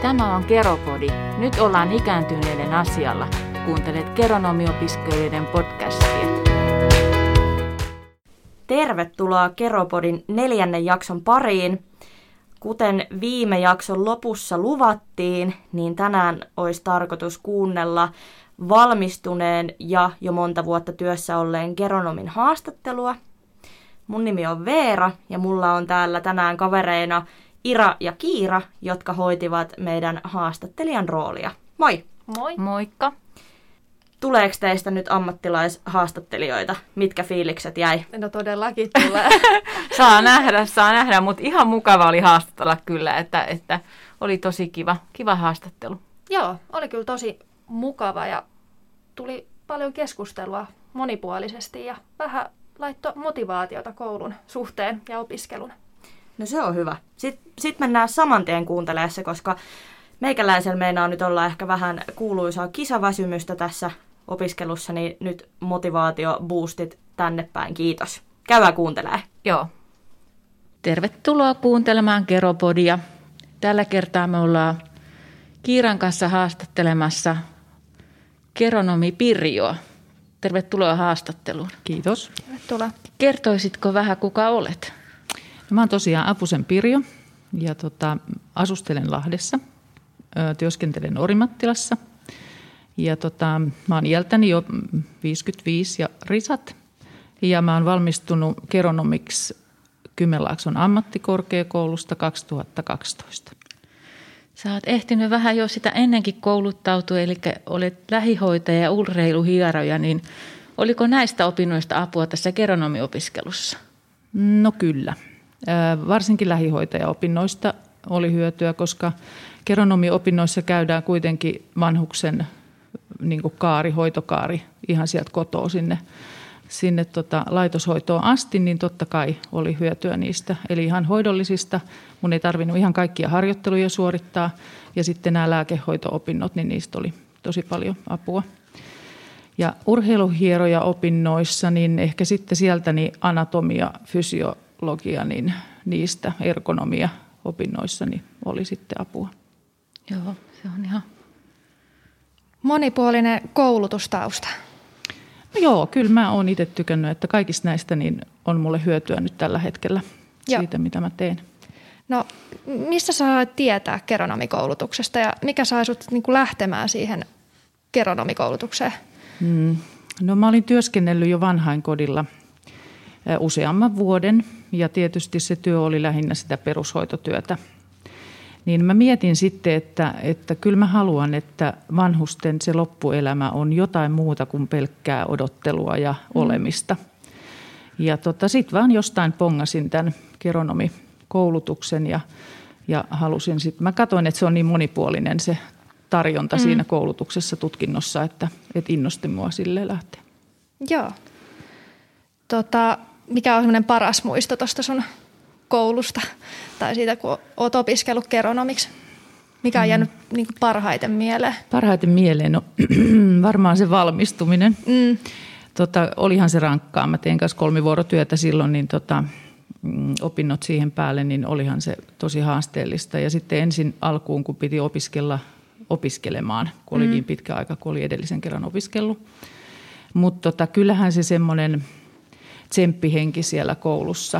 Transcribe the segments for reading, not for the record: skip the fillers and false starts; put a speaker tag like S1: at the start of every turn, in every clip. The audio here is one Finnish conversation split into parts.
S1: Tämä on Keropodi. Nyt ollaan ikääntyneiden asialla. Kuuntelet geronomiopiskelijoiden podcastia.
S2: Tervetuloa Keropodin 4. jakson pariin. Kuten viime jakson lopussa luvattiin, niin tänään olisi tarkoitus kuunnella valmistuneen ja jo monta vuotta työssä olleen geronomin haastattelua. Mun nimi on Veera ja mulla on täällä tänään kavereina Ira ja Kiira, jotka hoitivat meidän haastattelijan roolia. Moi!
S3: Moi!
S1: Moikka!
S2: Tuleeko teistä nyt ammattilais-haastattelijoita? Mitkä fiilikset jäi?
S3: No todellakin tulee.
S1: Saa nähdä, mutta ihan mukava oli haastatella kyllä, että oli tosi kiva haastattelu.
S3: Joo, oli kyllä tosi mukava ja tuli paljon keskustelua monipuolisesti ja vähän laittoi motivaatiota koulun suhteen ja opiskelun.
S2: No se on hyvä. Sitten mennään saman tien kuuntelemaan se, koska meikäläisellä meinaa nyt olla ehkä vähän kuuluisaa kisaväsymystä tässä opiskelussa, niin nyt motivaatioboostit tänne päin. Kiitos. Käydään kuuntelemaan.
S1: Joo. Tervetuloa kuuntelemaan Keropodia. Tällä kertaa me ollaan Kiiran kanssa haastattelemassa geronomi Pirjoa. Tervetuloa haastatteluun.
S4: Kiitos.
S3: Tervetuloa.
S1: Kertoisitko vähän, kuka olet?
S4: Mä oon tosiaan Apusen Pirjo ja asustelen Lahdessa, työskentelen Orimattilassa ja mä oon iältäni jo 55 ja risat ja mä oon valmistunut geronomiksi Kymenlaakson ammattikorkeakoulusta 2012.
S1: Sä oot ehtinyt vähän jo sitä ennenkin kouluttautua, eli olet lähihoitaja ja urheiluhieroja, niin oliko näistä opinnoista apua tässä geronomiopiskelussa?
S4: No kyllä. Varsinkin lähihoitajaopinnoista oli hyötyä, koska geronomiopinnoissa käydään kuitenkin vanhuksen niin kuin hoitokaari ihan sieltä kotoa sinne laitoshoitoon asti, niin totta kai oli hyötyä niistä. Eli ihan hoidollisista, mun ei tarvinnut ihan kaikkia harjoitteluja suorittaa ja sitten nämä lääkehoito-opinnot, niin niistä oli tosi paljon apua. Ja urheiluhieroja opinnoissa, niin ehkä sitten sieltä niin anatomia, fysiologia, niin niistä ergonomia opinnoissa niin oli sitten apua.
S1: Joo, se on ihan
S3: monipuolinen koulutustausta.
S4: No joo, kyllä mä oon itse tykännyt, että kaikista näistä niin on mulle hyötyä nyt tällä hetkellä siitä, mitä mä teen.
S3: No, mistä sä saat tietää geronomikoulutuksesta ja mikä sai sut niin kuin lähtemään siihen geronomikoulutukseen?
S4: No mä olin työskennellyt jo vanhainkodilla useamman vuoden ja tietysti se työ oli lähinnä sitä perushoitotyötä. Niin mä mietin sitten, että kyllä mä haluan, että vanhusten se loppuelämä on jotain muuta kuin pelkkää odottelua ja olemista. Ja sitten vaan jostain pongasin tämän geronomikoulutuksen ja halusin sitten, mä katsoin, että se on niin monipuolinen se tarjonta siinä koulutuksessa tutkinnossa, että innosti mua silleen lähteä.
S3: Joo. Mikä on semmoinen paras muisto tuosta sun koulusta tai siitä, kun oot opiskellut geronomiksi? Mikä on jäänyt niin kuin parhaiten mieleen?
S4: Parhaiten mieleen? No varmaan se valmistuminen. Olihan se rankkaa. Mä tein kanssa 3-vuorotyötä silloin, niin opinnot siihen päälle, niin olihan se tosi haasteellista. Ja sitten ensin alkuun, kun piti opiskelemaan, kun oli niin pitkä aika, kun oli edellisen kerran opiskellut. Mutta kyllähän se semmoinen tsemppihenki siellä koulussa,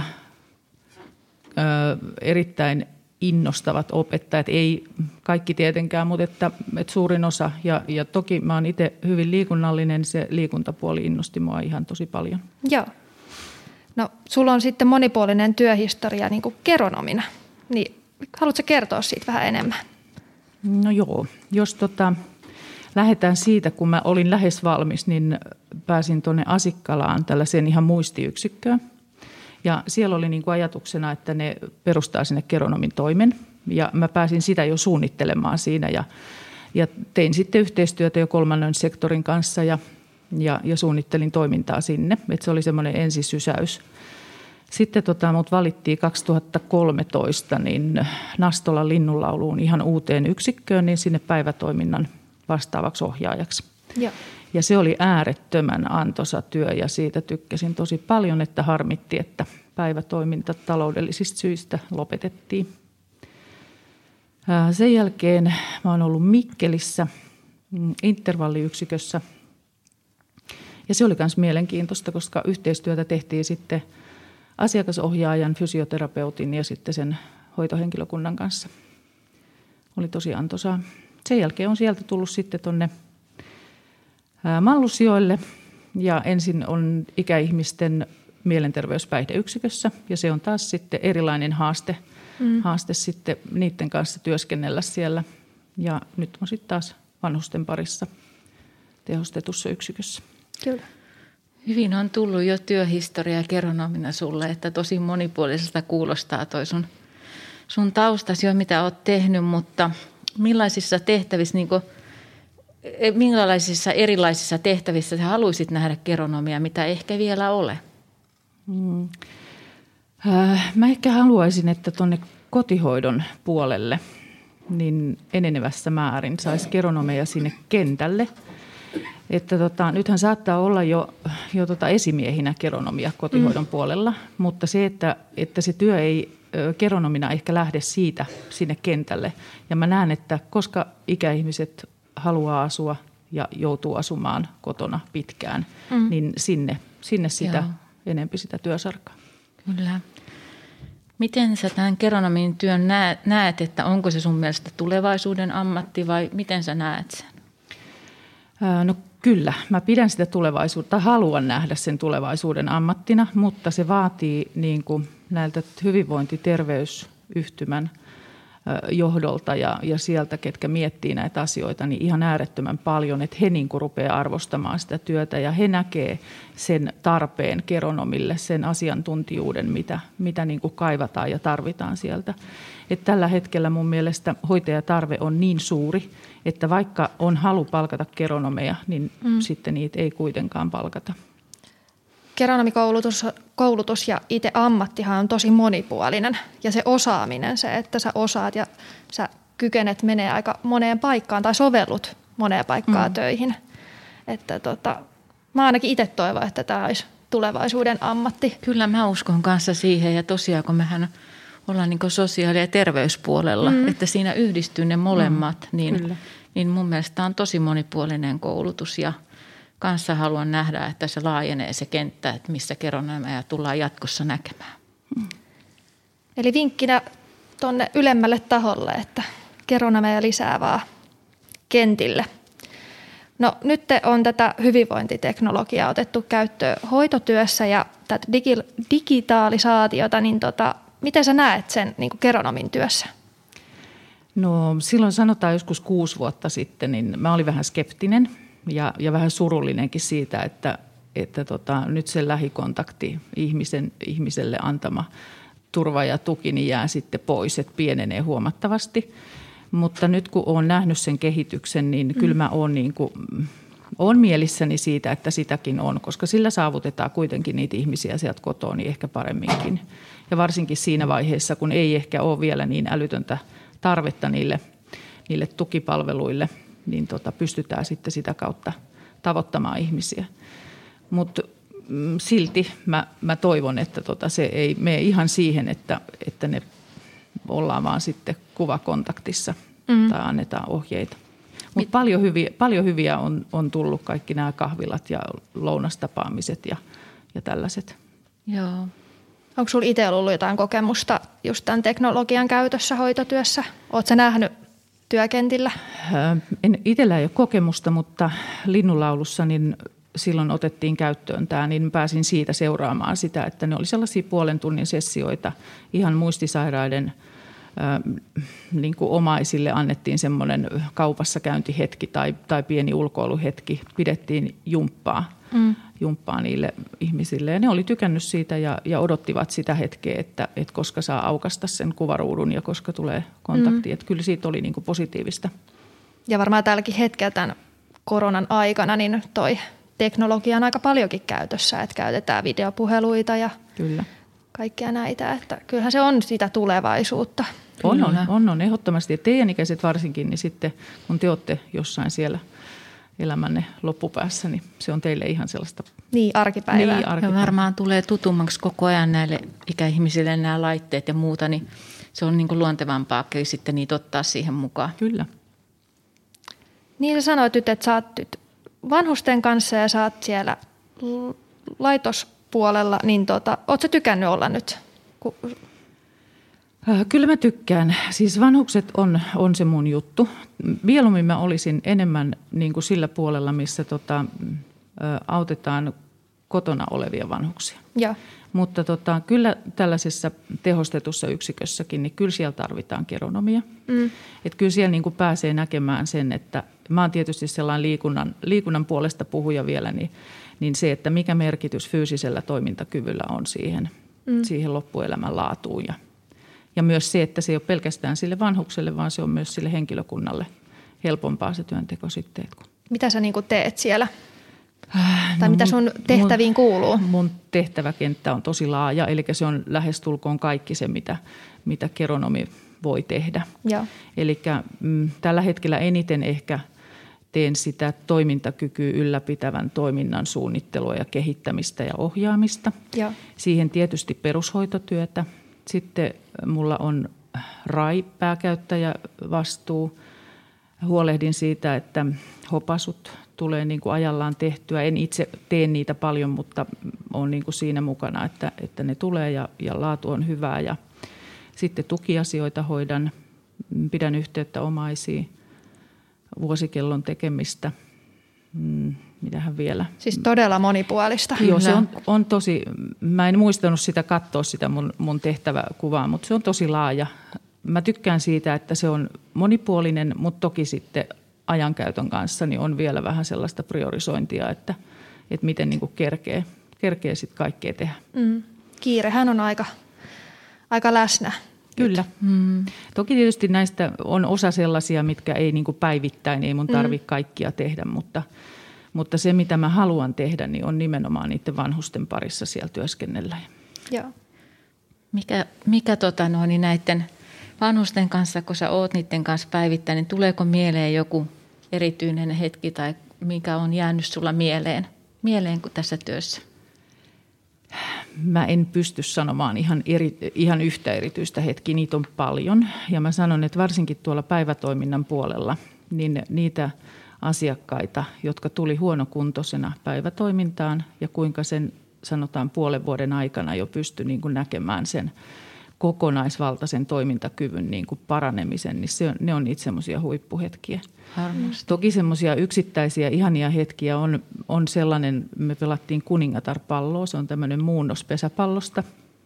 S4: erittäin innostavat opettajat, ei kaikki tietenkään, mutta että suurin osa. Ja toki mä oon itse hyvin liikunnallinen, se liikuntapuoli innosti mua ihan tosi paljon.
S3: Joo. No sulla on sitten monipuolinen työhistoria niin kuin geronomina, niin haluatko kertoa siitä vähän enemmän?
S4: No joo, jos lähdetään siitä, kun mä olin lähes valmis, niin pääsin tuonne Asikkalaan tällaiseen ihan muistiyksikköön. Ja siellä oli niin kuin ajatuksena, että ne perustaa sinne geronomin toimen. Ja mä pääsin sitä jo suunnittelemaan siinä ja tein sitten yhteistyötä jo 3. sektorin kanssa ja suunnittelin toimintaa sinne. Että se oli semmoinen ensisysäys. Sitten mut valittiin 2013 niin Nastolan linnunlauluun ihan uuteen yksikköön, niin sinne päivätoiminnan vastaavaksi ohjaajaksi.
S3: Ja.
S4: Ja se oli äärettömän antoisa työ ja siitä tykkäsin tosi paljon, että harmitti, että päivätoiminta taloudellisista syistä lopetettiin. Sen jälkeen mä oon ollut Mikkelissä intervalliyksikössä. Ja se oli myös mielenkiintoista, koska yhteistyötä tehtiin sitten asiakasohjaajan, fysioterapeutin ja sitten sen hoitohenkilökunnan kanssa. Oli tosi antoisaa. Sen jälkeen on sieltä tullut sitten tuonne Mallusjoelle ja ensin on ikäihmisten mielenterveyspäihdeyksikössä ja se on taas sitten erilainen haaste sitten niiden kanssa työskennellä siellä. Ja nyt on sitten taas vanhusten parissa tehostetussa yksikössä.
S3: Kyllä.
S1: Hyvin on tullut jo työhistoria geronomina sulle, että tosi monipuoliselta kuulostaa toi sun taustasi jo, mitä olet tehnyt, mutta millaisissa tehtävissä, minkälaisissa erilaisissa tehtävissä sä haluaisit nähdä geronomia, mitä ehkä vielä ole?
S4: Mä ehkä haluaisin, että tuonne kotihoidon puolelle niin enenevässä määrin saisi geronomeja sinne kentälle. Että nythän saattaa olla jo esimiehinä geronomia kotihoidon puolella, mutta se, että se työ ei geronomina ehkä lähde siitä sinne kentälle. Ja mä näen, että koska ikäihmiset haluaa asua ja joutuu asumaan kotona pitkään, niin sinne sitä enempi sitä työsarkaa.
S1: Kyllä. Miten sä tämän geronomin työn näet, että onko se sun mielestä tulevaisuuden ammatti vai miten sä näet sen?
S4: No kyllä, mä pidän sitä tulevaisuutta, haluan nähdä sen tulevaisuuden ammattina, mutta se vaatii niin kuin näiltä hyvinvointiterveysyhtymän johdolta ja sieltä, ketkä miettii näitä asioita, niin ihan äärettömän paljon, että he niin kuin rupeaa arvostamaan sitä työtä ja he näkee sen tarpeen geronomille, sen asiantuntijuuden, mitä niin kuin kaivataan ja tarvitaan sieltä. Että tällä hetkellä mun mielestä hoitajatarve on niin suuri, että vaikka on halu palkata geronomeja, niin sitten niitä ei kuitenkaan palkata.
S3: Geronomikoulutus ja itse ammattihan on tosi monipuolinen ja se osaaminen, se että sä osaat ja sä kykenet menee aika moneen paikkaan tai sovellut moneen paikkaan töihin. Että mä ainakin itse toivon, että tämä olisi tulevaisuuden ammatti.
S1: Kyllä mä uskon kanssa siihen ja tosiaan kun mehän ollaan niin kuin sosiaali- ja terveyspuolella, että siinä yhdistyy ne molemmat, niin mun mielestä on tosi monipuolinen koulutus ja kanssa haluan nähdä, että se laajenee se kenttä, että missä geronomeja tullaan jatkossa näkemään.
S3: Eli vinkkinä tuonne ylemmälle taholle, että geronomeja lisää vaan kentille. No nyt on tätä hyvinvointiteknologiaa otettu käyttöön hoitotyössä ja tätä digitalisaatiota, niin miten sä näet sen niin kuin geronomin työssä?
S4: No silloin sanotaan joskus 6 vuotta sitten, niin mä olin vähän skeptinen. Ja vähän surullinenkin siitä, että nyt se lähikontakti ihmiselle antama turva ja tuki niin jää sitten pois, että pienenee huomattavasti. Mutta nyt kun olen nähnyt sen kehityksen, niin kyllä mä olen mielissäni siitä, että sitäkin on, koska sillä saavutetaan kuitenkin niitä ihmisiä sieltä kotoa niin ehkä paremminkin. Ja varsinkin siinä vaiheessa, kun ei ehkä ole vielä niin älytöntä tarvetta niille tukipalveluille, niin pystytään sitten sitä kautta tavoittamaan ihmisiä. Mutta silti mä toivon, että se ei mene ihan siihen, että ne ollaan vaan sitten kuvakontaktissa tai annetaan ohjeita. Mutta paljon hyviä on tullut kaikki nämä kahvilat ja lounastapaamiset ja tällaiset.
S1: Joo.
S3: Onko sinulla itse ollut jotain kokemusta just tämän teknologian käytössä hoitotyössä? Oletko sä nähnyt työkentillä?
S4: Itsellä ei ole kokemusta, mutta linnunlaulussa niin silloin otettiin käyttöön tämä, niin pääsin siitä seuraamaan sitä, että ne oli sellaisia 0,5 tunnin sessioita. Ihan muistisairaiden niin kuin omaisille annettiin semmoinen kaupassa käyntihetki tai pieni ulkoiluhetki. Pidettiin jumppaa niille ihmisille. Ja ne oli tykännyt siitä ja odottivat sitä hetkeä, että koska saa aukaista sen kuvaruudun ja koska tulee kontakti. Että kyllä siitä oli niin kuin positiivista. Ja
S3: varmaan tälläkin hetkellä tämän koronan aikana niin toi teknologia on aika paljonkin käytössä, että käytetään videopuheluita ja kyllä. Kaikkea näitä. Että kyllähän se on sitä tulevaisuutta.
S4: On ehdottomasti. Ja teidän ikäiset varsinkin, niin sitten kun te olette jossain siellä elämänne loppupäässä, niin se on teille ihan sellaista
S3: arkipäivää.
S1: Ja varmaan tulee tutummaksi koko ajan näille ikäihmisille nämä laitteet ja muuta, niin se on niin kuin luontevampaa sitten niitä ottaa siihen mukaan.
S4: Kyllä.
S3: Niin sä sanoit nyt, että sä oot nyt vanhusten kanssa ja sä oot siellä laitospuolella, niin oot sä tykännyt olla nyt?
S4: Kyllä mä tykkään. Siis vanhukset on se mun juttu. Mieluummin mä olisin enemmän niin kuin sillä puolella, missä autetaan kotona olevia vanhuksia.
S3: Ja.
S4: Mutta kyllä tällaisessa tehostetussa yksikössäkin, niin kyllä siellä tarvitaan geronomia. Että kyllä siellä niin kuin pääsee näkemään sen, että mä oon tietysti sellainen liikunnan puolesta puhuja vielä, niin se, että mikä merkitys fyysisellä toimintakyvyllä on siihen loppuelämän laatuun. Ja myös se, että se ei ole pelkästään sille vanhukselle, vaan se on myös sille henkilökunnalle helpompaa se työnteko sitten.
S3: Mitä sä niin kuin teet siellä? Tai mitä sun tehtäviin kuuluu?
S4: Mun tehtäväkenttä on tosi laaja, eli se on lähestulkoon kaikki se, mitä geronomi voi tehdä. Eli tällä hetkellä eniten ehkä teen sitä toimintakykyä ylläpitävän toiminnan suunnittelua ja kehittämistä ja ohjaamista. Ja. Siihen tietysti perushoitotyötä. Sitten mulla on RAI-pääkäyttäjä vastuu. Huolehdin siitä, että hopasut tulee niin kuin ajallaan tehtyä. En itse tee niitä paljon, mutta olen niin kuin siinä mukana, että ne tulee ja laatu on hyvää. Ja sitten tukiasioita hoidan, pidän yhteyttä omaisiin, vuosikellon tekemistä. Mitähän vielä?
S3: Siis todella monipuolista.
S4: Joo, se on tosi, mä en muistanut sitä katsoa sitä mun tehtäväkuvaa, mutta se on tosi laaja. Mä tykkään siitä, että se on monipuolinen, mutta toki sitten ajankäytön kanssa niin on vielä vähän sellaista priorisointia, että miten niin kuin kerkee sitten kaikkea tehdä.
S3: Kiirehän on aika läsnä.
S4: Kyllä. Toki tietysti näistä on osa sellaisia, mitkä ei niin kuin päivittäin, ei mun tarvitse kaikkia tehdä, mutta se mitä mä haluan tehdä, niin on nimenomaan niiden vanhusten parissa siellä työskennellä.
S3: Joo.
S1: Mikä näiden vanhusten kanssa, kun sä oot niiden kanssa päivittäin, niin tuleeko mieleen joku erityinen hetki tai mikä on jäänyt sulla mieleen kuin tässä työssä?
S4: Mä en pysty sanomaan ihan yhtä erityistä hetkiä, niitä on paljon. Ja mä sanon, että varsinkin tuolla päivätoiminnan puolella, niin niitä asiakkaita, jotka tuli huonokuntoisena päivätoimintaan ja kuinka sen sanotaan puolen vuoden aikana jo pystyi niin kuin näkemään sen kokonaisvaltaisen toimintakyvyn niin kuin paranemisen, niin ne on niitä semmoisia huippuhetkiä.
S1: Varmasti.
S4: Toki semmoisia yksittäisiä ihania hetkiä on sellainen, me pelattiin kuningatarpalloa, se on tämmöinen muunnos pesäpallosta.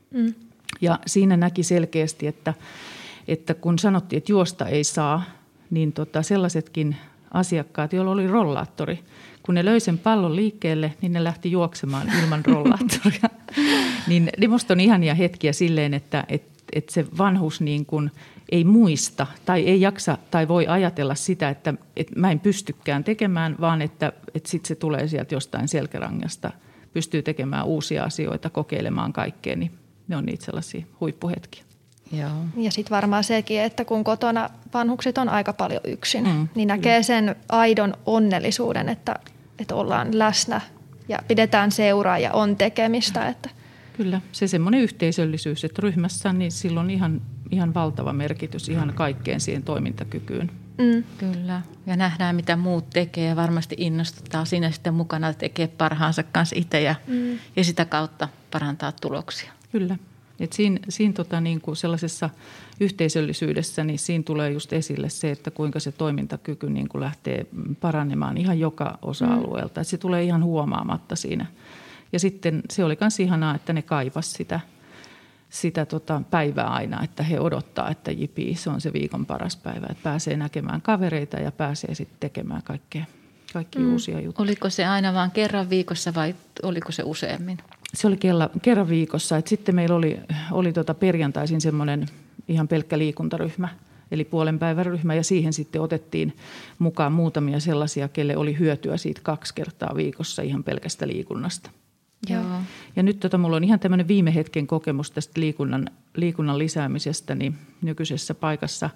S4: Ja siinä näki selkeästi, että kun sanottiin, että juosta ei saa, niin sellaisetkin asiakkaat, joilla oli rollaattori, kun ne löi sen pallon liikkeelle, niin ne lähti juoksemaan ilman rollaattoria. Niin musta on ihania hetkiä silleen, että se vanhus niin kuin ei muista tai ei jaksa tai voi ajatella sitä, että mä en pystykään tekemään, vaan että sitten se tulee sieltä jostain selkärangasta, pystyy tekemään uusia asioita, kokeilemaan kaikkea, niin ne on niitä sellaisia huippuhetkiä.
S1: Joo.
S3: Ja sitten varmaan sekin, että kun kotona vanhukset on aika paljon yksin, niin näkee sen aidon onnellisuuden, että ollaan läsnä ja pidetään seuraa ja on tekemistä. Että.
S4: Kyllä, se semmoinen yhteisöllisyys, että ryhmässä niin sillä on ihan valtava merkitys ihan kaikkeen siihen toimintakykyyn.
S1: Kyllä, ja nähdään mitä muut tekee ja varmasti innostuttaa siinä sitten mukana tekee parhaansa kanssa itse ja sitä kautta parantaa tuloksia.
S4: Kyllä. Et siinä niin kuin sellaisessa yhteisöllisyydessä, niin siinä tulee just esille se, että kuinka se toimintakyky niin kuin lähtee paranemaan ihan joka osa-alueelta. Et se tulee ihan huomaamatta siinä. Ja sitten se oli myös ihanaa, että ne kaivasi sitä päivää aina, että he odottaa, että jipii, se on se viikon paras päivä. Että pääsee näkemään kavereita ja pääsee sitten tekemään kaikkia uusia juttuja.
S1: Oliko se aina vain kerran viikossa vai oliko se useammin?
S4: Se oli kerran viikossa. Et sitten meillä oli perjantaisin semmoinen ihan pelkkä liikuntaryhmä, eli puolen päivän ryhmä, ja siihen sitten otettiin mukaan muutamia sellaisia, kelle oli hyötyä siitä 2 kertaa viikossa ihan pelkästä liikunnasta.
S1: Joo.
S4: Ja nyt mulla on ihan tämmöinen viime hetken kokemus tästä liikunnan lisäämisestä, niin nykyisessä paikassa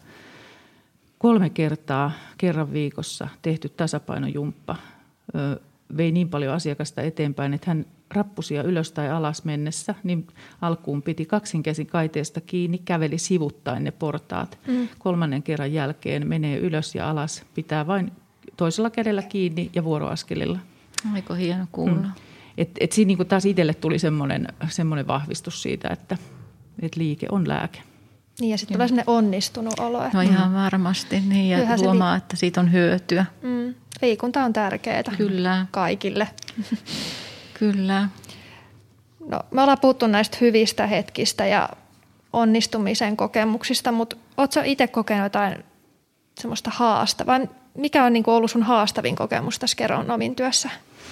S4: 3 kertaa kerran viikossa tehty tasapainojumppa vei niin paljon asiakasta eteenpäin, että hän rappusia ylös tai alas mennessä, niin alkuun piti 2 käsin kaiteesta kiinni, käveli sivuttain ne portaat. 3. kerran jälkeen menee ylös ja alas, pitää vain toisella kädellä kiinni ja vuoroaskelilla.
S1: Aika hieno kuulla.
S4: Et siinä niin taas itselle tuli semmoinen vahvistus siitä, että liike on lääke.
S3: Niin ja sitten tulee sinne onnistunut olo.
S1: No ihan varmasti niin ja huomaa, että siitä on hyötyä.
S3: Liikunta on tärkeää
S1: Kyllä.
S3: kaikille.
S1: Kyllä.
S3: No, me ollaan puhuttu näistä hyvistä hetkistä ja onnistumisen kokemuksista, mutta ootko itse kokenut jotain semmoista haastavaa? Mikä on niin kuin ollut sun haastavin kokemus tässä geronomin työssä?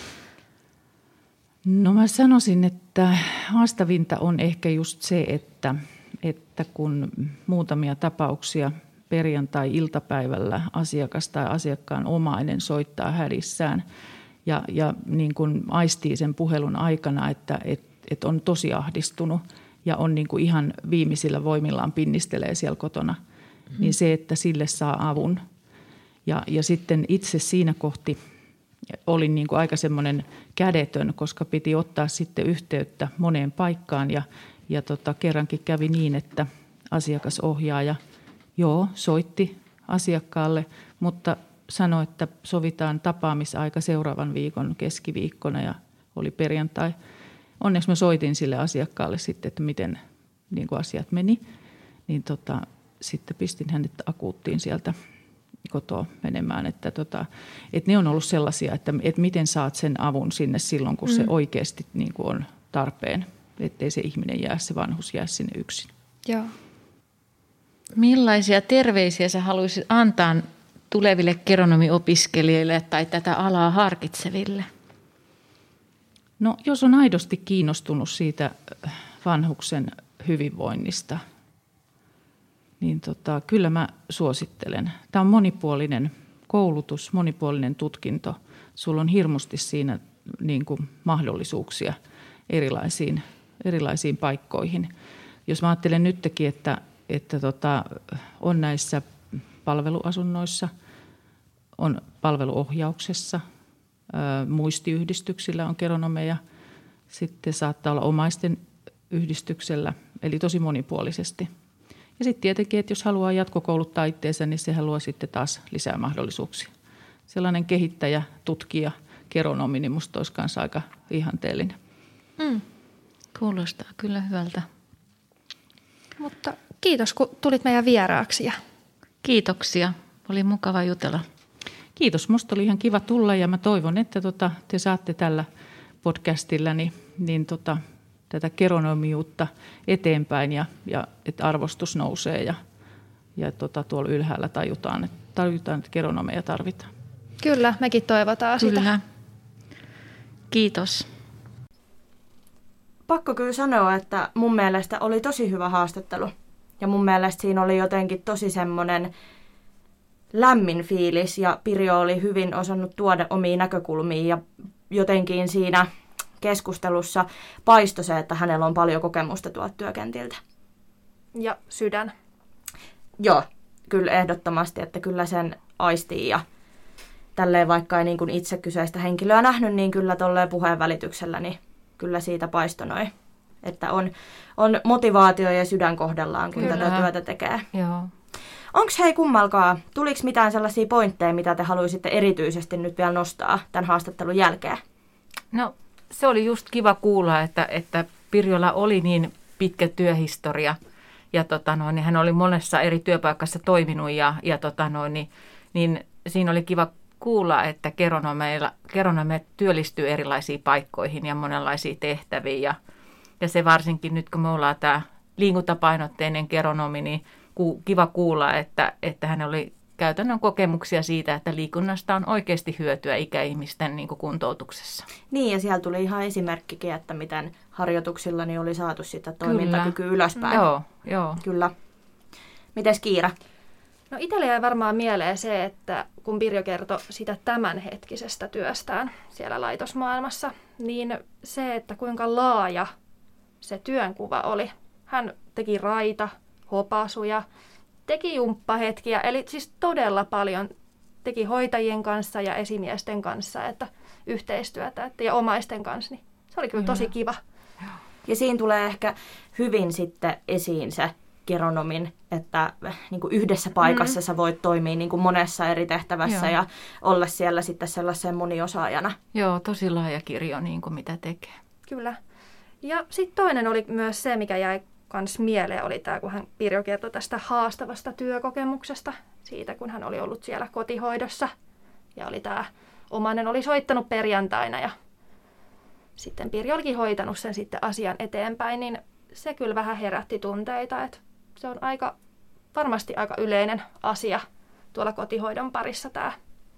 S4: No mä sanoisin, että haastavinta on ehkä just se, että kun muutamia tapauksia perjantai-iltapäivällä asiakas tai asiakkaan omainen soittaa hädissään ja niin kuin aistii sen puhelun aikana, että on tosi ahdistunut ja on niin kuin ihan viimeisillä voimillaan pinnistelee siellä kotona, niin se, että sille saa avun. Ja sitten itse siinä kohti olin niin kuin aika semmoinen kädetön, koska piti ottaa sitten yhteyttä moneen paikkaan ja kerrankin kävi niin, että asiakasohjaaja soitti asiakkaalle, mutta sanoi, että sovitaan tapaamisaika seuraavan viikon keskiviikkona ja oli perjantai. Onneksi mä soitin sille asiakkaalle sitten, että miten niin kuin asiat meni, niin sitten pistin hänet akuuttiin sieltä kotoa menemään, että ne on ollut sellaisia, että miten saat sen avun sinne silloin, kun se oikeasti niin kuin on tarpeen, ettei se ihminen se vanhus jää sinne yksin.
S3: Joo.
S1: Millaisia terveisiä sä haluaisit antaa tuleville geronomiopiskelijoille tai tätä alaa harkitseville?
S4: No jos on aidosti kiinnostunut siitä vanhuksen hyvinvoinnista, niin kyllä mä suosittelen. Tämä on monipuolinen koulutus, monipuolinen tutkinto. Sulla on hirmusti siinä niin kuin mahdollisuuksia erilaisiin paikkoihin. Jos mä ajattelen nytkin, että on näissä palveluasunnoissa, on palveluohjauksessa, muistiyhdistyksillä on geronomeja, sitten saattaa olla omaisten yhdistyksellä, eli tosi monipuolisesti. Ja sitten tietenkin, että jos haluaa jatkokouluttaa itseensä, niin se haluaa sitten taas lisää mahdollisuuksia. Sellainen kehittäjä, tutkija, geronomi, niin musta olisi kanssa aika ihanteellinen.
S1: Kuulostaa kyllä hyvältä.
S3: Mutta kiitos, kun tulit meidän vieraaksi.
S1: Kiitoksia. Oli mukava jutella.
S4: Kiitos. Musta oli ihan kiva tulla ja mä toivon, että te saatte tällä podcastilla niin tätä geronomiutta eteenpäin ja että arvostus nousee ja tuolla ylhäällä tajutaan, että geronomeja tarvitaan.
S3: Kyllä, mekin toivotaan
S1: Kyllä.
S3: sitä.
S1: Kiitos.
S2: Pakko kyllä sanoa, että mun mielestä oli tosi hyvä haastattelu. Ja mun mielestä siinä oli jotenkin tosi semmoinen lämmin fiilis ja Pirjo oli hyvin osannut tuoda omia näkökulmia ja jotenkin siinä keskustelussa paistoi se, että hänellä on paljon kokemusta tuolta työkentiltä.
S3: Ja sydän.
S2: Joo, kyllä ehdottomasti, että kyllä sen aistii ja tälleen vaikka ei niin kuin itse kyseistä henkilöä nähnyt, niin kyllä tolleen puheen välityksellä, niin kyllä siitä paistonoi. Että on motivaatio ja sydän kohdallaan, kun tätä työtä tekee.
S1: Joo.
S2: Onko hei kummalkaa, tuliko mitään sellaisia pointteja, mitä te haluaisitte erityisesti nyt vielä nostaa tämän haastattelun jälkeen?
S1: No se oli just kiva kuulla, että Pirjolla oli niin pitkä työhistoria ja niin hän oli monessa eri työpaikassa toiminut niin siinä oli kiva kuulla, että geronomeet työllistyy erilaisiin paikkoihin ja monenlaisiin tehtäviin ja se varsinkin nyt kun me ollaan tämä liikuntapainotteinen geronomi, niin kiva kuulla, että hän oli käytännön kokemuksia siitä, että liikunnasta on oikeasti hyötyä ikäihmisten niin kuin kuntoutuksessa.
S2: Niin, ja siellä tuli ihan esimerkkikin, että miten harjoituksilla niin oli saatu sitä toimintakykyä ylöspäin.
S1: Joo.
S2: Kyllä. Mites Kiira?
S3: No itselle jäi varmaan mieleen se, että kun Pirjo kertoi sitä tämänhetkisestä työstään siellä laitosmaailmassa, niin se, että kuinka laaja se työnkuva oli. Hän teki raita, hopasuja, teki jumppahetkiä, eli siis todella paljon teki hoitajien kanssa ja esimiesten kanssa että yhteistyötä ja omaisten kanssa. Niin Se oli kyllä tosi kiva.
S2: Ja siinä tulee ehkä hyvin sitten esiin se geronomin, että niin kuin yhdessä paikassa sä voit toimia niin kuin monessa eri tehtävässä ja olla siellä sitten sellaisen moniosaajana.
S1: Joo, tosi laaja kirjo niin kuin mitä tekee.
S3: Kyllä. Ja sitten toinen oli myös se, mikä jäi kans mieleen, oli tämä, kun Pirjo kertoi tästä haastavasta työkokemuksesta, siitä kun hän oli ollut siellä kotihoidossa. Ja oli tämä omainen oli soittanut perjantaina ja sitten Pirjo olikin hoitanut sen sitten asian eteenpäin, niin se kyllä vähän herätti tunteita, että se on varmasti aika yleinen asia tuolla kotihoidon parissa tämä.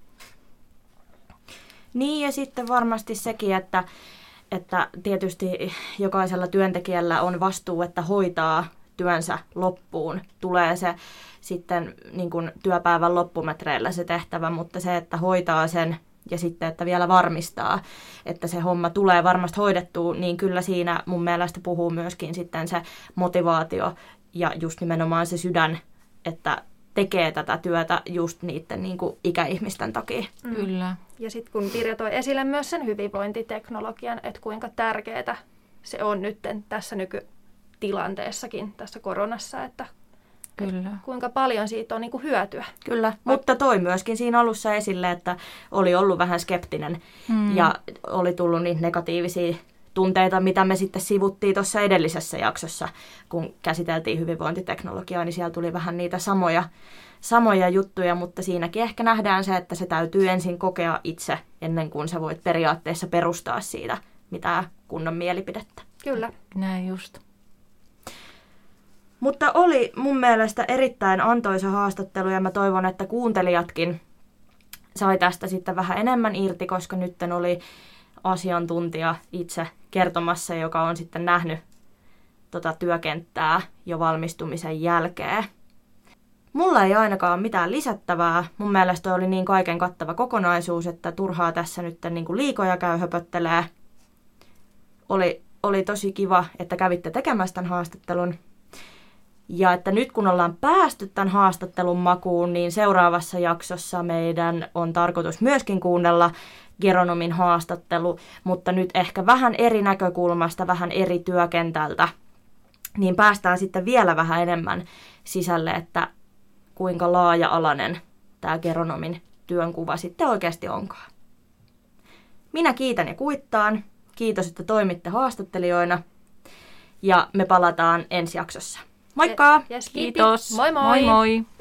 S2: Niin ja sitten varmasti sekin, että tietysti jokaisella työntekijällä on vastuu, että hoitaa työnsä loppuun. Tulee se sitten niin kuin työpäivän loppumetreillä se tehtävä, mutta se, että hoitaa sen ja sitten, että vielä varmistaa, että se homma tulee varmasti hoidettua, niin kyllä siinä mun mielestä puhuu myöskin sitten se motivaatio ja just nimenomaan se sydän, että tekee tätä työtä just niiden niin kuin ikäihmisten takia.
S1: Kyllä.
S3: Ja sitten kun Pirjo toi esille myös sen hyvinvointiteknologian, että kuinka tärkeää se on nyt tässä nykytilanteessakin, tässä koronassa, että
S1: Kyllä.
S3: Kuinka paljon siitä on niin kuin hyötyä.
S2: Kyllä, mutta toi myöskin siinä alussa esille, että oli ollut vähän skeptinen ja oli tullut niitä negatiivisia tunteita, mitä me sitten sivuttiin tuossa edellisessä jaksossa, kun käsiteltiin hyvinvointiteknologiaa, niin siellä tuli vähän niitä samoja juttuja, mutta siinäkin ehkä nähdään se, että se täytyy ensin kokea itse, ennen kuin sä voit periaatteessa perustaa siitä mitään kunnon mielipidettä.
S3: Kyllä.
S1: Näin just.
S2: Mutta oli mun mielestä erittäin antoisa haastattelu ja mä toivon, että kuuntelijatkin sai tästä sitten vähän enemmän irti, koska nyt oli asiantuntija itse kertomassa, joka on sitten nähnyt työkenttää jo valmistumisen jälkeen. Mulla ei ainakaan mitään lisättävää. Mun mielestä toi oli niin kaiken kattava kokonaisuus, että turhaa tässä nyt niin kuin liikoja käy höpöttelee. Oli tosi kiva, että kävitte tekemässä tämän haastattelun. Ja että nyt kun ollaan päästy tämän haastattelun makuun, niin seuraavassa jaksossa meidän on tarkoitus myöskin kuunnella geronomin haastattelu, mutta nyt ehkä vähän eri näkökulmasta, vähän eri työkentältä, niin päästään sitten vielä vähän enemmän sisälle, että kuinka laaja-alainen tämä geronomin työnkuva sitten oikeasti onkaan. Minä kiitän ja kuittaan. Kiitos, että toimitte haastattelijoina ja me palataan ensi jaksossa. Moikka!
S3: Yes,
S1: Kiitos.
S3: Moi moi!
S1: Moi moi!